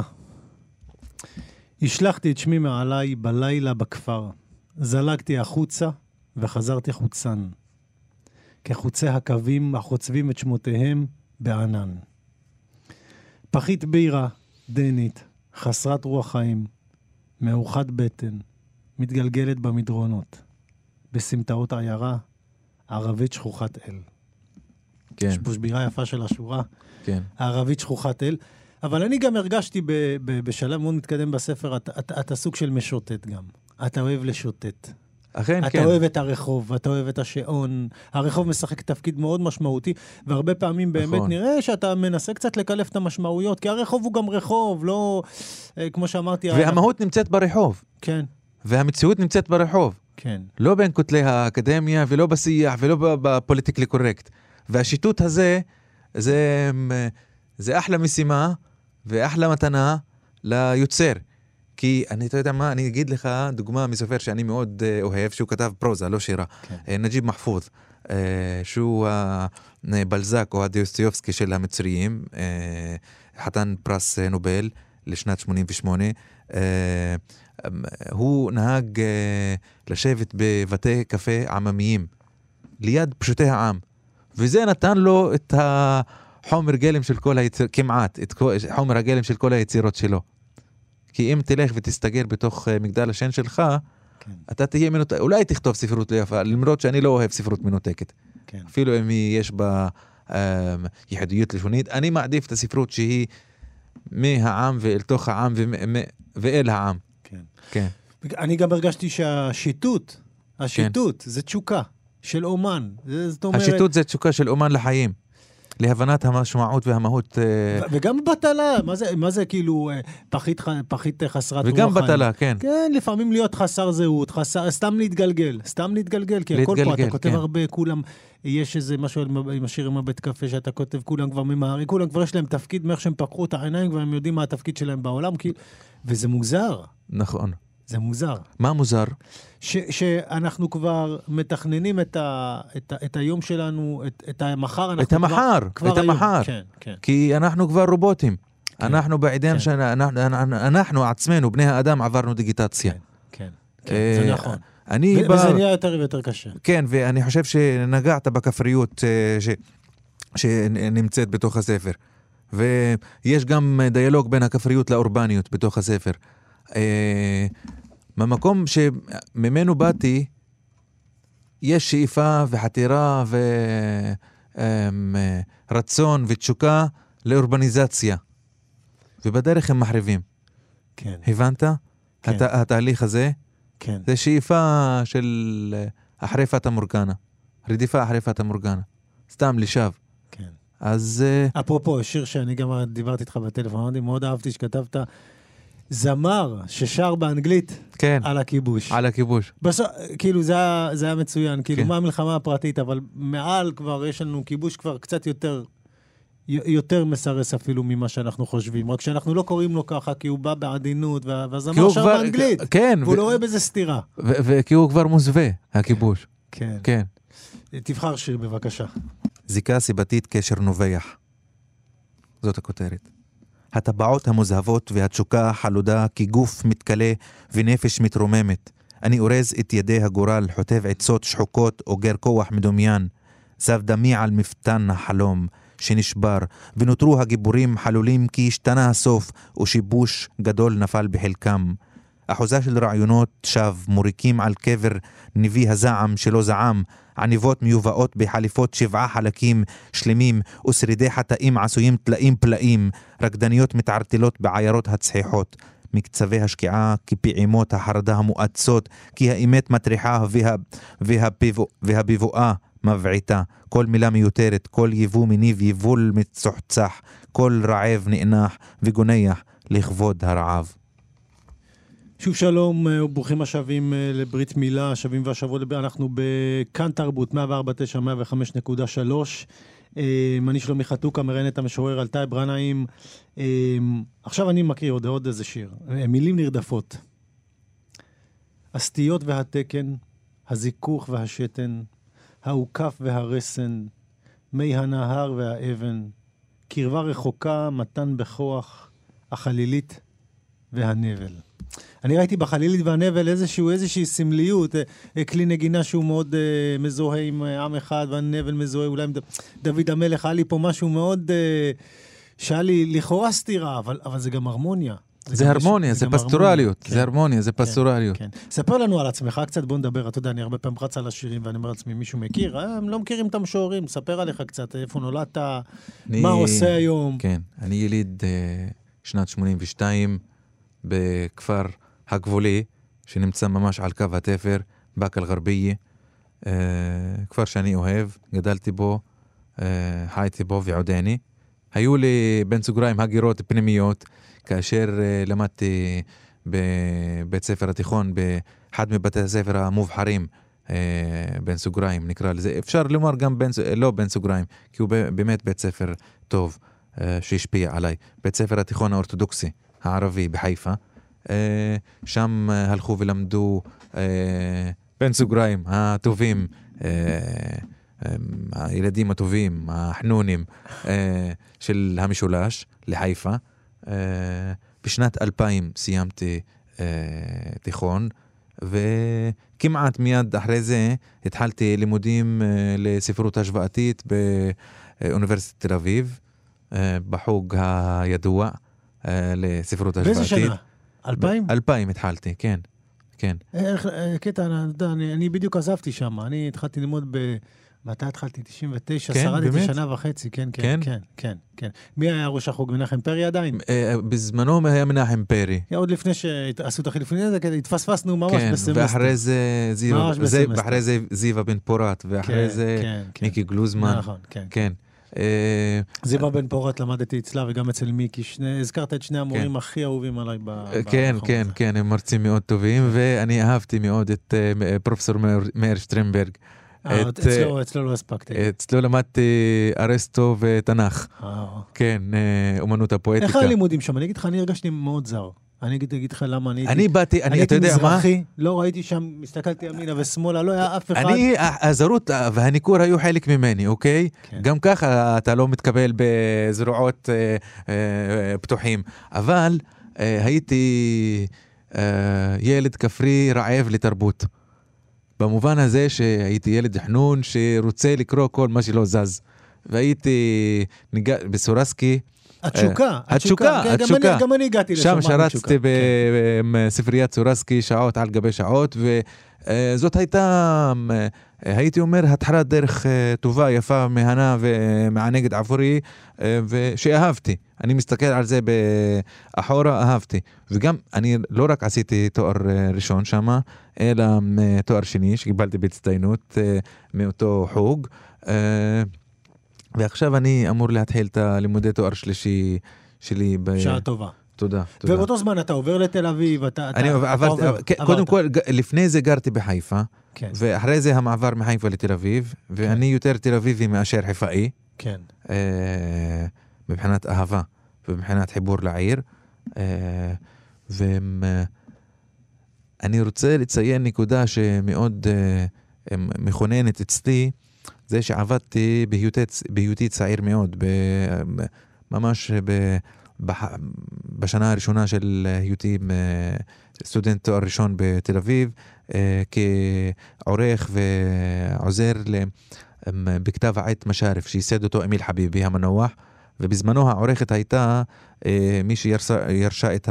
השלחתי את שמי מעליי בלילה בכפר. זלגתי החוצה וחזרתי חוצן. כחוצי הקווים החוצבים את שמותיהם בענן. פחית בירה, דנית, חסרת רוח חיים, מאוחת בטן, מתגלגלת במדרונות. בסמטאות העיירה, ערבית שכוחת אל. כן. יש פה שבירה יפה של השורה. כן. הערבית שכוחת אל. אבל אני גם הרגשתי בשלב מאוד מתקדם בספר, אתה סוג של משוטט גם. אתה אוהב לשוטט. אכן, אתה כן. אוהב את הרחוב, אתה אוהב את השעון. הרחוב משחק תפקיד מאוד משמעותי, והרבה פעמים באמת נראה שאתה מנסה קצת לקלף את המשמעויות, כי הרחוב הוא גם רחוב, לא, כמו שאמרתי... והמהות נמצאת ברחוב. כן. והמציאות נמצאת ברחוב. כן. לא בין כותלי האקדמיה, ולא בשיח, ולא בפוליטיקלי קורקט. והשיטוט הזה, זה אחלה משימה, ואחלה מתנה ליוצר. כי אתה יודע מה, אני אגיד לך דוגמה מסופר שאני מאוד אוהב, שהוא כתב פרוזה, לא שירה. כן. נג'יב מחפוז, שהוא הבלזק או הדיוסטויבסקי של המצריים, חתן פרס נובל לשנת 88. הוא נהג לשבת בבתי קפה עממיים, ליד פשוטי העם. וזה נתן לו את החומר גלם של כל היצירות, כמעט, את חומר הגלם של כל היצירות שלו. כי אם תלך ותסתגר בתוך מגדל השן שלך, כן. אתה תהיה מנותק, אולי תכתוב ספרות ליפה, למרות שאני לא אוהב ספרות מנותקת. כן. אפילו אם יש בה יחידיות לשונית, אני מעדיף את הספרות שהיא מהעם ואל תוך העם ואל העם. כן. כן. אני גם הרגשתי שהשיטוט, זה תשוקה של אומן. זאת אומרת... השיטוט זה תשוקה של אומן לחיים. להבנת המשמעות והמהות. וגם בטלה, מה זה כאילו פחית חסרת רוח חיים? וגם בטלה, כן. כן, לפעמים להיות חסר זהות, סתם להתגלגל, כי הכל פה, אתה כותב הרבה, כולם, יש איזה משהו עם השיר עם הבית קפה שאתה כותב, כולם כבר ממהרים, כולם כבר יש להם תפקיד, מאיך שהם פקחו את העיניים, והם יודעים מה התפקיד שלהם בעולם, וזה מוזר. נכון. זה מוזר. מה מוזר? שאנחנו כבר מתכננים את היום שלנו, את המחר. את המחר. כן, כן. כי אנחנו כבר רובוטים. כן. אנחנו בעידן אנחנו עצמנו, בני האדם, עברנו דיגיטציה. כן, כן. זה נכון. וזה נהיה יותר ויותר קשה. כן, ואני חושב שנגעת בכפריות שנמצאת בתוך הספר. ויש גם דיאלוג בין הכפריות לאורבניות בתוך הספר. במקום שממנו באתי יש שאיפה וחתירה ורצון ותשוקה לאורבניזציה, ובדרך הם מחריבים. כן. הבנת? כן. התהליך הזה? כן. זה שאיפה של אחרי פאטה מורגנה, רדיפה אחרי פאטה מורגנה, סתם לשווא. כן. אז אפרופו, שיר שאני גם דיברתי איתך בטלפון, מאוד אהבתי שכתבת, זמר ששר באנגלית כן. על הכיבוש. על הכיבוש. כאילו זה היה מצוין, כאילו מה המלחמה הפרטית, אבל מעל כבר יש לנו כיבוש כבר קצת יותר מסרס אפילו ממה שאנחנו חושבים, רק שאנחנו לא קוראים לו ככה, כי הוא בא בעדינות, והזמר שר באנגלית, כן, והוא לא רואה בזה סתירה. וכי הוא כבר מוזווה, הכיבוש. כן. כן. תבחר שיר בבקשה. זיקה סיבתית קשר נובח. זאת הכותרת. הטבעות המוזהבות והתשוקה החלודה כגוף מתקלה ונפש מתרוממת. אני אורז את ידי הגורל, חוטב עצות שחוקות, אוגר כוח מדומיין. זב דמי על מפתן החלום שנשבר, ונותרו הגיבורים חלולים כי השתנה הסוף, ושיבוש גדול נפל בחלקם. אחוזה של רעיונות שב, מוריקים על קבר נביא הזעם שלא זעם, עניבות מיובאות בחליפות 7 חלקים שלמים, ושרידי חטאים עשויים תלאים פלאים, רקדניות מתערטלות בעיירות הצחיחות. מקצווי השקיעה כפעימות החרדה המואצות, כי האמת מטריחה והביבואה מבעיתה. כל מילה מיותרת, כל יבוא מניב יבול מצוחצח, כל רעב נאנח וגונח לכבוד הרעב. שוב שלום וברוכים השבים לברית מילה, השבים והשבוע, אנחנו בכאן תרבות 104.9 105.3. אני שלומי חתוקה, מראיין את המשורר אלתאי ברנעים. עכשיו אני מקריא עוד איזה שיר. מילים נרדפות. הסטיות והתקן, הזיכוך והשתן, העוקף והרסן, מי הנהר והאבן, קרבה רחוקה, מתן בכוח, החלילית והנבל. אני ראיתי בחלילית והנבל איזושהי סמליות, כלי נגינה שהוא מאוד מזוהה עם עם אחד, והנבל מזוהה אולי עם דוד המלך. היה לי פה משהו מאוד, שהיה לי לכאורה סתירה, אבל זה גם הרמוניה. זה הרמוניה, זה פסטורליות, זה הרמוניה, זה פסטורליות. ספר לנו על עצמך, קצת בוא נדבר, אתה יודע, אני הרבה פעמים רץ על השירים, ואני אומר לעצמי, מישהו מכיר? הם לא מכירים את המשוררים, ספר עליך קצת, איפה נולדת, מה עושה היום. כן, אני יליד שנת 82, בכפר הגבולי, שנמצא ממש על קו התפר, באקה אל-גרבייה, כפר שאני אוהב, גדלתי בו, חייתי בו ועודני. היו לי בין סוגריים הגירות פנימיות, כאשר למדתי בבית ספר התיכון, באחד מבתי הספר המובחרים, בין סוגריים נקרא לזה. אפשר לומר גם לא בין סוגריים, כי הוא באמת בית ספר טוב שהשפיע עליי. בית ספר התיכון האורתודוקסי הערבי בחיפה. שם הלכו ולמדו בין סוגריים הטובים, הילדים הטובים, החנונים של המשולש לחיפה. בשנת 2000 סיימתי תיכון, וכמעט מיד אחרי זה התחלתי לימודים לספרות השוואתית באוניברסיטת תל אביב, בחוג הידוע לספרות השוואתית. באיזה שנה? 2000? 2000 התחלתי, כן. כן. קטע, אני בדיוק עזבתי שם, אני התחלתי ללמוד מתי התחלתי? 99, כן, שרדתי באמת? שנה וחצי, כן. מי היה ראש החוג? מנחם פרי עדיין? בזמנו היה מנחם פרי. עוד לפני שעשו את החילופין הזה, התפספסנו ממש בסמסטר. ואחרי זה זיווה בן פורת, ואחרי זה מיקי גלוזמן. נכון, כן. כן. זיווה בן פורת למדתי אצלה וגם אצל מיקי. הזכרת את שני המורים הכי אהובים עליי. כן, הם מרצים מאוד טובים, ואני אהבתי מאוד את פרופסור מאיר שטרנברג. אצלו לא הספקתי. אצלו למדתי ארסטו ותנ"ך. כן, אומנות הפואטיקה. איך הלימודים שם? אני אגיד לך, אני הרגשתי מאוד זר. אני אגיד לך למה אני הייתי מזרחי, לא ראיתי שם, הסתכלתי ימינה ושמאלה, לא היה אף אחד. הזרות והניכור היו חלק ממני, אוקיי? גם ככה אתה לא מתקבל בזרועות פתוחים. אבל הייתי ילד כפרי רעב לתרבות. במובן הזה שהייתי ילד חנון שרוצה לקרוא כל מה שלא זז. והייתי בסורסקי. התשוקה. גם אני הגעתי שם לשם. שרצתי בספריית סורסקי שעות על גבי שעות, וזאת הייתה, הייתי אומר, התחלת דרך טובה, יפה, מהנה ומענגת עבורי, ושאהבתי. אני מסתכל על זה באחורה, אהבתי. וגם אני לא רק עשיתי תואר ראשון שמה, אלא תואר שני שקיבלתי בהצטיינות מאותו חוג. ועכשיו אני אמור להתחיל את הלימודי תואר שלישי שלי. שעה טובה. תודה. ובאותו זמן אתה עובר לתל אביב, אני עברתי, קודם כל, לפני זה גרתי בחיפה, ואחרי זה המעבר מחיפה לתל אביב, ואני יותר תל אביבי מאשר חיפאי, מבחינת אהבה, ומבחינת חיבור לעיר, ואני רוצה לציין נקודה שמאוד מכוננת אצלי, זה שעבדתי בהיותי צעיר מאוד, ממש בשנה הראשונה של היותי סטודנט תואר ראשון בתל אביב, כעורך ועוזר בכתב העת משארף, שייסד אותו אמיל חביבי המנוח, ובזמנו העורכת הייתה מי שירשה את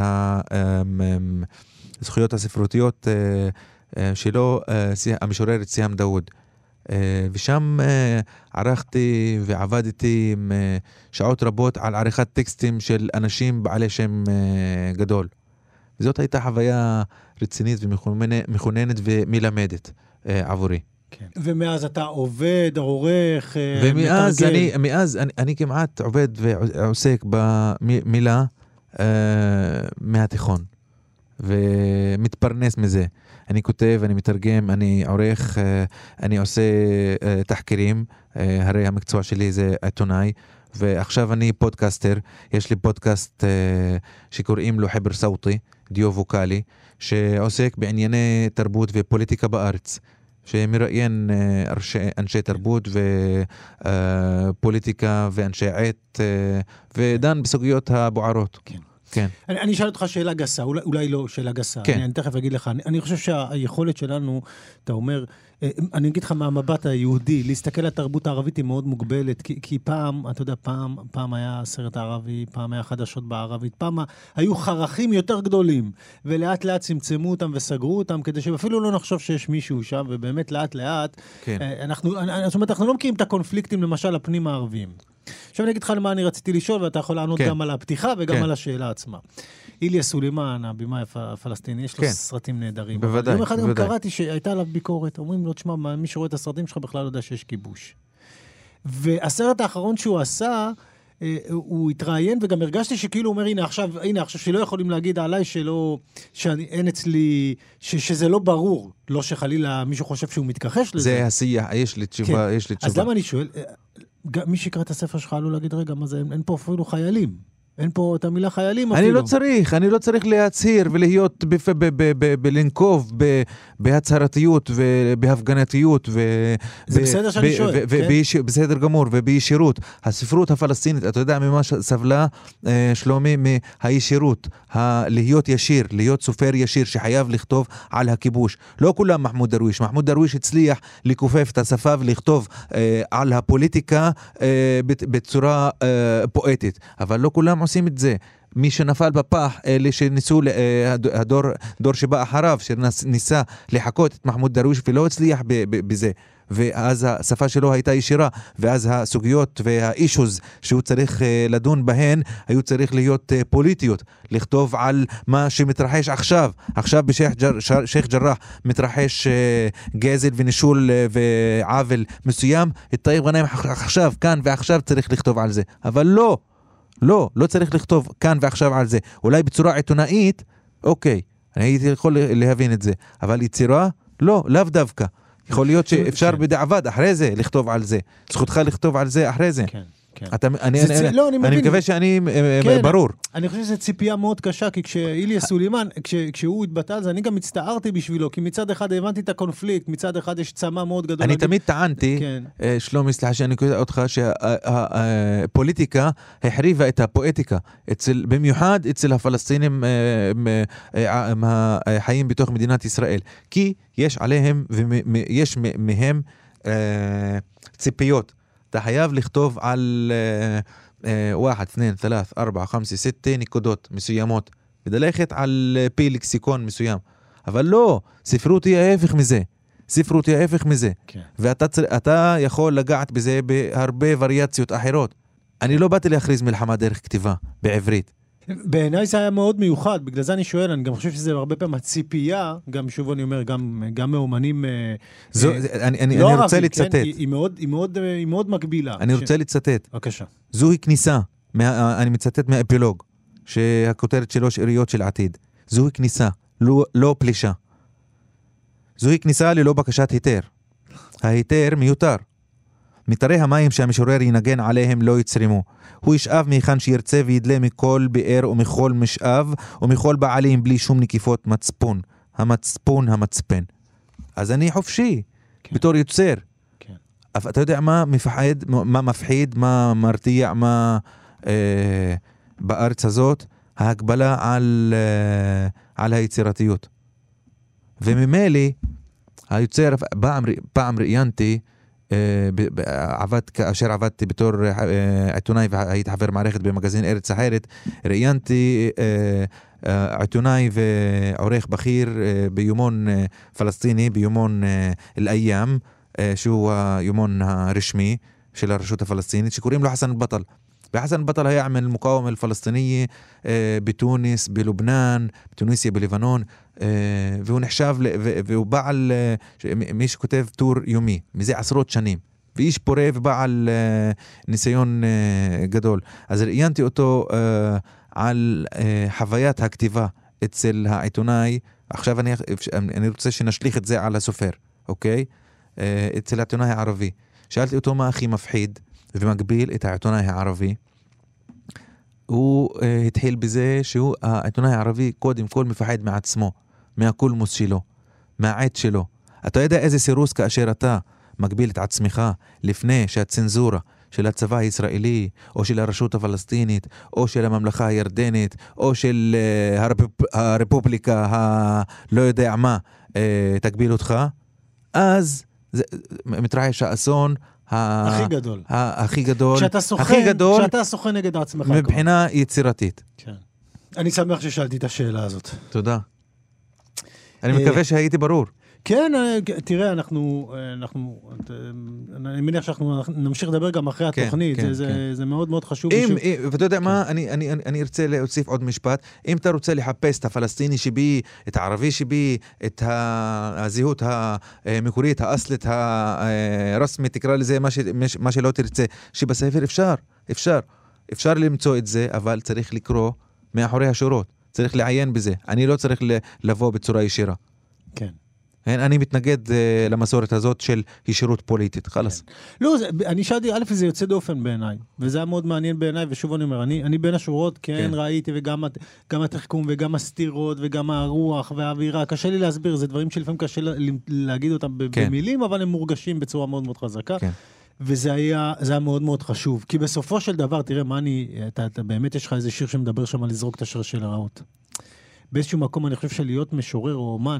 הזכויות הספרותיות שלו, המשוררת סיאם דאוד. ושם ערכתי ועבדתי שעות רבות על עריכת טקסטים של אנשים בעלי שם גדול. וזאת הייתה חוויה רצינית ומכוננת ומלמדת עבורי. כן. ומאז אתה עובד, עורך, ומאז אני כמעט עובד ועוסק במילה מהתיכון, ומתפרנס מזה. אני כותב, אני מתרגם, אני עורך, אני עושה תחקירים, הרי המקצוע שלי זה עיתונאי, ועכשיו אני פודקאסטר, יש לי פודקאסט שקוראים לו חבר סוטי, דיו ווקלי, שעוסק בענייני תרבות ופוליטיקה בארץ, שמראיין אנשי תרבות ופוליטיקה ואנשי עת, ודן בסוגיות הבוערות. כן. כן. אני אשאל אותך שאלה גסה, אולי לא שאלה גסה, כן. אני תכף אגיד לך, אני חושב שהיכולת שלנו, אתה אומר, אני אגיד לך מהמבט היהודי, להסתכל על התרבות הערבית היא מאוד מוגבלת, כי פעם, אתה יודע, פעם היה סרט ערבי, פעם היה חדשות בערבית, פעם היו חרכים יותר גדולים, ולאט לאט צמצמו אותם וסגרו אותם, כדי שאפילו לא נחשוב שיש מישהו שם, ובאמת לאט לאט, כן. אנחנו לא מכירים את הקונפליקטים, למשל, הפנים הערביים. עכשיו אני אגיד לך למה אני רציתי לשאול, ואתה יכול לענות גם על הפתיחה וגם על השאלה עצמה. איליה סולימן, הבימאי הפלסטיני, יש לו סרטים נהדרים. בוודאי. יום אחד קראתי שהייתה עליו ביקורת, אומרים לו, תשמע, מי שרואה את הסרטים שלך בכלל לא יודע שיש כיבוש. והסרט האחרון שהוא עשה, הוא התראיין, וגם הרגשתי שכאילו הוא אומר, הנה עכשיו שלא יכולים להגיד עליי שאין אצלי, שזה לא ברור, לא שחלילה מישהו חושב שהוא מתכחש לזה. זה השיח, יש לי תשובה. אז למה אני שואל, מי שקרא את הספר שלך עלול להגיד, רגע, מה זה, אין פה אפילו חיילים. אין פה את המילה חיילים אפילו. אני לא צריך להצהיר ולהיות בלנקוב בהצהרתיות ובהפגנתיות. זה בסדר שאני שואל. בסדר גמור, ובישירות. הספרות הפלסטינית, אתה יודע ממה סבלה שלומי מהישירות, להיות ישיר, להיות סופר ישיר שחייב לכתוב על הכיבוש. לא כולם מחמוד דרוויש. מחמוד דרוויש הצליח לכופף את השפה ולכתוב על הפוליטיקה בצורה פואטית. אבל לא כולם עושים את זה. מי שנפל בפח, אלה שניסו, הדור שבא אחריו, שניסה לחקות את מחמוד דרוויש ולא הצליח בזה. ואז השפה שלו הייתה ישירה, ואז הסוגיות והאישוז שהוא צריך לדון בהן, היו צריך להיות פוליטיות, לכתוב על מה שמתרחש עכשיו. עכשיו בשייח ג'רח מתרחש גזל ונישול ועוול מסוים, את טייב גנאים עכשיו, כאן ועכשיו צריך לכתוב על זה. אבל לא צריך לכתוב כאן ועכשיו על זה. אולי בצורה עיתונאית, אוקיי, אני הייתי יכול להבין את זה. אבל יצירה, לאו דווקא. יכול להיות שאפשר בדיעבד אחרי זה לכתוב על זה. זכותך לכתוב על זה אחרי זה. כן. אני מקווה שאני ברור. אני חושב שזו ציפייה מאוד קשה, כי כשאיליה סולימן, כשהוא התבטא על זה, אני גם הצטערתי בשבילו, כי מצד אחד הבנתי את הקונפליקט, מצד אחד יש צמא מאוד גדול. אני תמיד טענתי, שלומי, סליחה שאני קורא אותך, שהפוליטיקה החריבה את הפואטיקה, במיוחד אצל הפלסטינים החיים בתוך מדינת ישראל, כי יש עליהם ויש מהם ציפיות. אתה חייב לכתוב על 1, 2, 3, 4, 5, 6 נקודות מסוימות, וללכת על פי לקסיקון מסוים. אבל לא, ספרות היא ההפך מזה. כן. ואתה יכול לגעת בזה בהרבה וריאציות אחרות. אני לא באתי להכריז מלחמה דרך כתיבה בעברית. בעיניי זה היה מאוד מיוחד, בגלל זה אני שואל, אני גם חושב שזה הרבה פעמים הציפייה, גם שוב אני אומר, גם מאומנים אני רוצה לצטט. היא מאוד מגבילה. אני רוצה לצטט. בבקשה. זוהי כניסה, אני מצטט מהאפילוג. שהכותרת שלו שאריות של עתיד. זוהי כניסה, לא פלישה. זוהי כניסה ללא בקשת היתר. ההיתר מיותר. מטרי המים שהמשורר ינגן עליהם לא יצרמו. הוא ישאב מהיכן שירצה וידלה מכל באר ומכל משאב ומכל בעלים בלי שום נקיפות מצפון. המצפן. אז אני חופשי, בתור יוצר. אבל אתה יודע מה מפחיד, מה מרתיע, מה בארץ הזאת? ההגבלה על היצירתיות. וממילא, היוצר, פעם ראיינתי, כאשר עבדתי בתור עיתונאי והייתי חבר מערכת במגזין ארץ אחרת, ראיינתי עיתונאי ועורך בכיר ביומון פלסטיני, ביומון אל-אייam, שהוא היומון הרשמי של הרשות הפלסטינית, שקוראים לו חסן אל-בטל. וחסן אל-בטל היה עמל מוקאומה אל-פלסטיניה בתוניס, בלובנן, בתוניסיה, בלבנון, והוא נחשב, והוא בעל, מי שכותב טור יומי, מזה עשרות שנים, ואיש פורה ובעל ניסיון גדול. אז ראיינתי אותו על חוויית הכתיבה אצל העיתונאי. עכשיו אני רוצה שנשליך את זה על הסופר, אוקיי? אצל העיתונאי הערבי. שאלתי אותו מה הכי מפחיד ומגביל את העיתונאי הערבי. הוא התחיל בזה שהוא, העיתונאי הערבי קודם כל מפחד מעצמו, מהקולמוס שלו, מהעט שלו. אתה יודע איזה סירוס כאשר אתה מגביל את עצמך לפני שהצנזורה של הצבא הישראלי, או של הרשות הפלסטינית, או של הממלכה הירדנית, או של הרפובליקה לא יודע מה, תגביל אותך, אז מתרחש האסון הכי גדול, כשאתה סוכן נגד עצמך מבחינה יצירתית. אני שמח ששאלתי את השאלה הזאת. תודה. אני מקווה שהייתי ברור. כן, תראה, אני מניח שאנחנו נמשיך לדבר גם אחרי התוכנית, זה מאוד מאוד חשוב. ואתה יודע מה, אני ארצה להוסיף עוד משפט. אם אתה רוצה לחפש את הפלסטיני שבי, את הערבי שבי, את הזהות המקורית, האסלית, הרסמית, תקרא לזה מה שלא תרצה, שבספר אפשר למצוא את זה, אבל צריך לקרוא מאחורי השורות, צריך לעיין בזה. אני לא צריך לבוא בצורה ישירה. כן. אני מתנגד למסורת הזאת של ישירות פוליטית, חלס. לא, אני שאלתי, א', זה יוצא דופן בעיניי, וזה היה מאוד מעניין בעיניי, ושוב אני אומר, אני בין השורות, כן, ראיתי, וגם התחכום, וגם הסתירות, וגם הרוח, והאווירה, קשה לי להסביר, זה דברים שלפעמים קשה להגיד אותם במילים, אבל הם מורגשים בצורה מאוד מאוד חזקה, וזה היה מאוד מאוד חשוב, כי בסופו של דבר, תראה, אתה באמת יש לך איזה שיר שמדבר שם על לזרוק את השרשל הרעות. באיזשהו מקום אני חושב שלהיות משורר או אומן,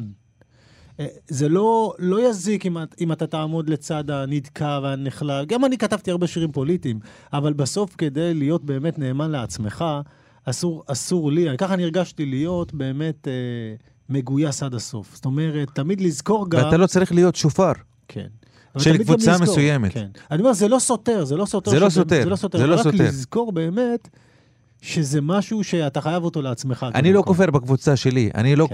זה לא יזיק אם אתה תעמוד לצד הנדקה והנחלה. גם אני כתבתי הרבה שירים פוליטיים, אבל בסוף כדי להיות באמת נאמן לעצמך, אסור לי, ככה אני הרגשתי להיות באמת מגויס עד הסוף. זאת אומרת, תמיד לזכור גם... ואתה לא צריך להיות שופר. כן. של קבוצה מסוימת. כן. אני אומר, זה לא סותר. זה לא סותר. רק לזכור באמת שזה משהו שאתה חייב אותו לעצמך. אני לא כופר בקבוצה שלי,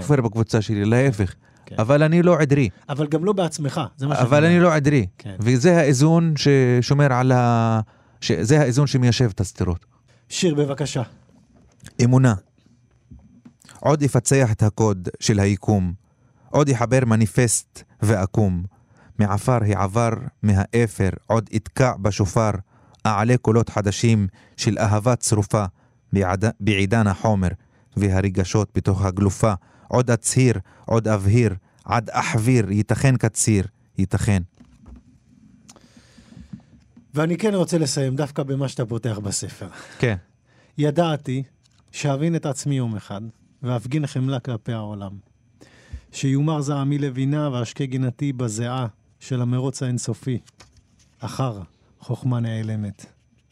להפך. אבל אני לא עדרי. אבל גם לא בעצמך. אבל אני לא עדרי. וזה האיזון ששומר זה האיזון שמיישב את הסתירות. שיר בבקשה. אמונה. עוד יפצח את הקוד של היקום. עוד יחבר מניפסט ואקום. מעפר העבר מהאפר. עוד יתקע בשופר. אעלה קולות חדשים של אהבה צרופה. בעידן החומר והרגשות בתוך הגלופה. עוד אצהיר, עוד אבהיר, עד אחביר, ייתכן קציר, ייתכן. ואני כן רוצה לסיים דווקא במה שאתה פותח בספר. כן. ידעתי שאבין את עצמי יום אחד, ואפגין חמלה כלפי העולם. שיומר זעמי לבינה ואשקה גינתי בזיעה של המרוץ האינסופי, אחר חוכמה נעלמת.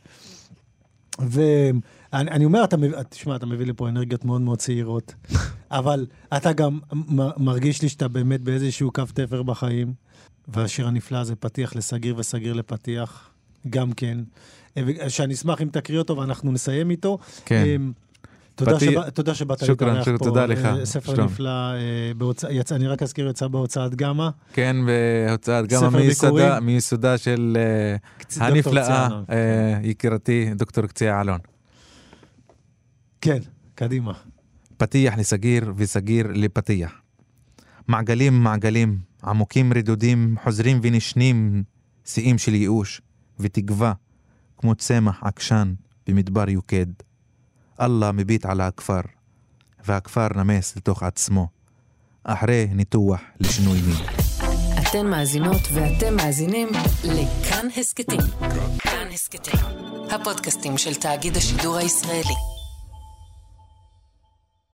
אני אומר, תשמע, אתה מביא לי פה אנרגיות מאוד מאוד צעירות, אבל אתה גם מרגיש לי שאתה באמת באיזשהו קו תפר בחיים, והשיר הנפלא הזה פתיח לסגיר וסגיר לפתיח, גם כן, שאני אשמח אם תקריא אותו ואנחנו נסיים איתו. כן. תודה שבאת להתארח פה. תודה לך. ספר נפלא, אני רק אזכיר, יצא בהוצאת גמה. כן, בהוצאת גמה מיסודה של הנפלאה, יקירתי, דוקטור קציעה אלון. כן, קדימה. פתיח לסגיר וסגיר לפתיח. מעגלים מעגלים, עמוקים רדודים, חוזרים ונשנים, שיאים של ייאוש ותקווה, כמו צמח עקשן במדבר יוקד. אללה מביט על הכפר, והכפר נמס לתוך עצמו, אחרי ניתוח לשינוי מין. אתן מאזינות ואתם מאזינים לכאן הסקטים. כאן הסקטים, הפודקאסטים של תאגיד השידור הישראלי.